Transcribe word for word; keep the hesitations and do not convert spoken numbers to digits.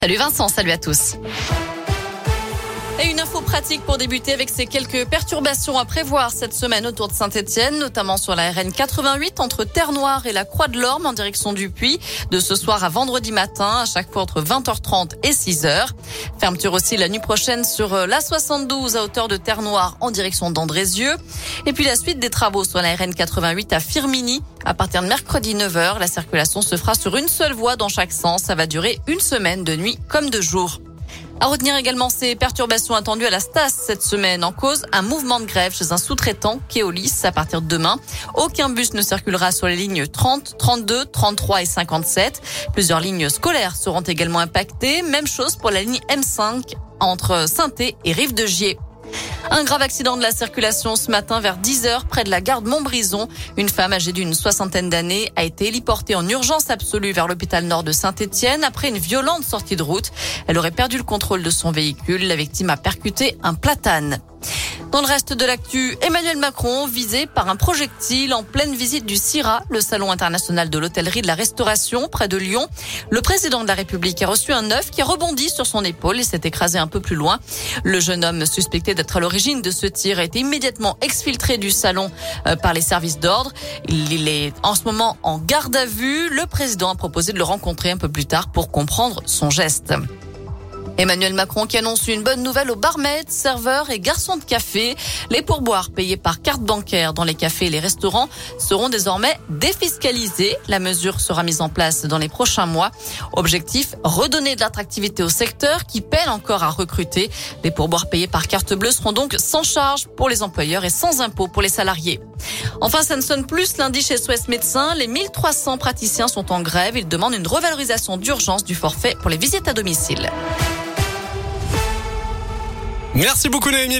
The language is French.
Salut Vincent, salut à tous. Et une info pratique pour débuter avec ces quelques perturbations à prévoir cette semaine autour de Saint-Etienne, notamment sur la R N quatre-vingt-huit entre Terre-Noire et la Croix-de-l'Orme en direction du Puy, de ce soir à vendredi matin, à chaque fois entre vingt heures trente et six heures. Fermeture aussi la nuit prochaine sur la soixante-douze à hauteur de Terre-Noire en direction d'Andrézieux. Et puis la suite des travaux sur la R N quatre-vingt-huit à Firminy. À partir de mercredi neuf heures, la circulation se fera sur une seule voie dans chaque sens. Ça va durer une semaine de nuit comme de jour. À retenir également ces perturbations attendues à la Stas cette semaine. En cause, un mouvement de grève chez un sous-traitant, Keolis, à partir de demain. Aucun bus ne circulera sur les lignes trente, trente-deux, trente-trois et cinquante-sept. Plusieurs lignes scolaires seront également impactées. Même chose pour la ligne M cinq entre Sainté et Rive-de-Gier. Un grave accident de la circulation ce matin vers dix heures près de la gare de Montbrison. Une femme âgée d'une soixantaine d'années a été héliportée en urgence absolue vers l'hôpital nord de Saint-Etienne après une violente sortie de route. Elle aurait perdu le contrôle de son véhicule. La victime a percuté un platane. Dans le reste de l'actu, Emmanuel Macron visé par un projectile en pleine visite du C I R A, le salon international de l'hôtellerie et de la restauration près de Lyon. Le président de la République a reçu un œuf qui a rebondi sur son épaule et s'est écrasé un peu plus loin. Le jeune homme suspecté d'être à l'origine de ce tir a été immédiatement exfiltré du salon par les services d'ordre. Il est en ce moment en garde à vue. Le président a proposé de le rencontrer un peu plus tard pour comprendre son geste. Emmanuel Macron qui annonce une bonne nouvelle aux barmaids, serveurs et garçons de café. Les pourboires payés par carte bancaire dans les cafés et les restaurants seront désormais défiscalisés. La mesure sera mise en place dans les prochains mois. Objectif, redonner de l'attractivité au secteur qui peine encore à recruter. Les pourboires payés par carte bleue seront donc sans charge pour les employeurs et sans impôt pour les salariés. Enfin, ça ne sonne plus lundi chez S O S Médecins. Les mille trois cents praticiens sont en grève. Ils demandent une revalorisation d'urgence du forfait pour les visites à domicile. Merci beaucoup Noémie.